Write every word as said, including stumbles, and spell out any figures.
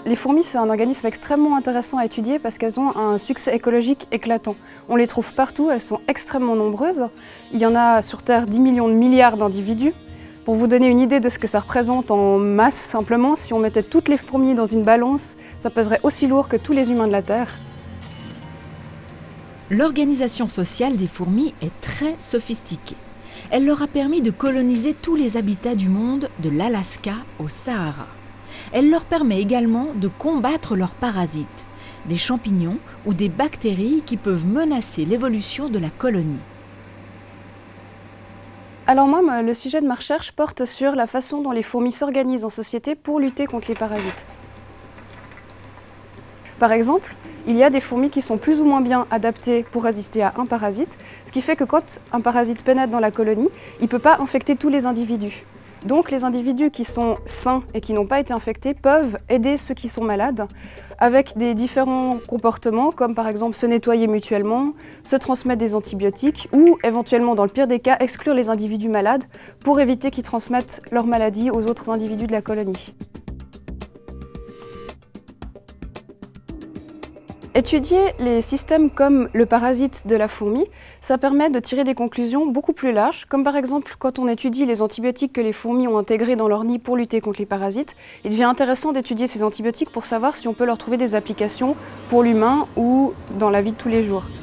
Les fourmis, c'est un organisme extrêmement intéressant à étudier parce qu'elles ont un succès écologique éclatant. On les trouve partout, elles sont extrêmement nombreuses. Il y en a sur Terre dix millions de milliards d'individus. Pour vous donner une idée de ce que ça représente en masse, simplement, si on mettait toutes les fourmis dans une balance, ça pèserait aussi lourd que tous les humains de la Terre. L'organisation sociale des fourmis est très sophistiquée. Elle leur a permis de coloniser tous les habitats du monde, de l'Alaska au Sahara. Elle leur permet également de combattre leurs parasites, des champignons ou des bactéries qui peuvent menacer l'évolution de la colonie. Alors moi, le sujet de ma recherche porte sur la façon dont les fourmis s'organisent en société pour lutter contre les parasites. Par exemple, il y a des fourmis qui sont plus ou moins bien adaptées pour résister à un parasite, ce qui fait que quand un parasite pénètre dans la colonie, il ne peut pas infecter tous les individus. Donc les individus qui sont sains et qui n'ont pas été infectés peuvent aider ceux qui sont malades avec des différents comportements comme par exemple se nettoyer mutuellement, se transmettre des antibiotiques ou éventuellement dans le pire des cas exclure les individus malades pour éviter qu'ils transmettent leur maladie aux autres individus de la colonie. Étudier les systèmes comme le parasite de la fourmi, ça permet de tirer des conclusions beaucoup plus larges, comme par exemple quand on étudie les antibiotiques que les fourmis ont intégrés dans leur nid pour lutter contre les parasites, il devient intéressant d'étudier ces antibiotiques pour savoir si on peut leur trouver des applications pour l'humain ou dans la vie de tous les jours.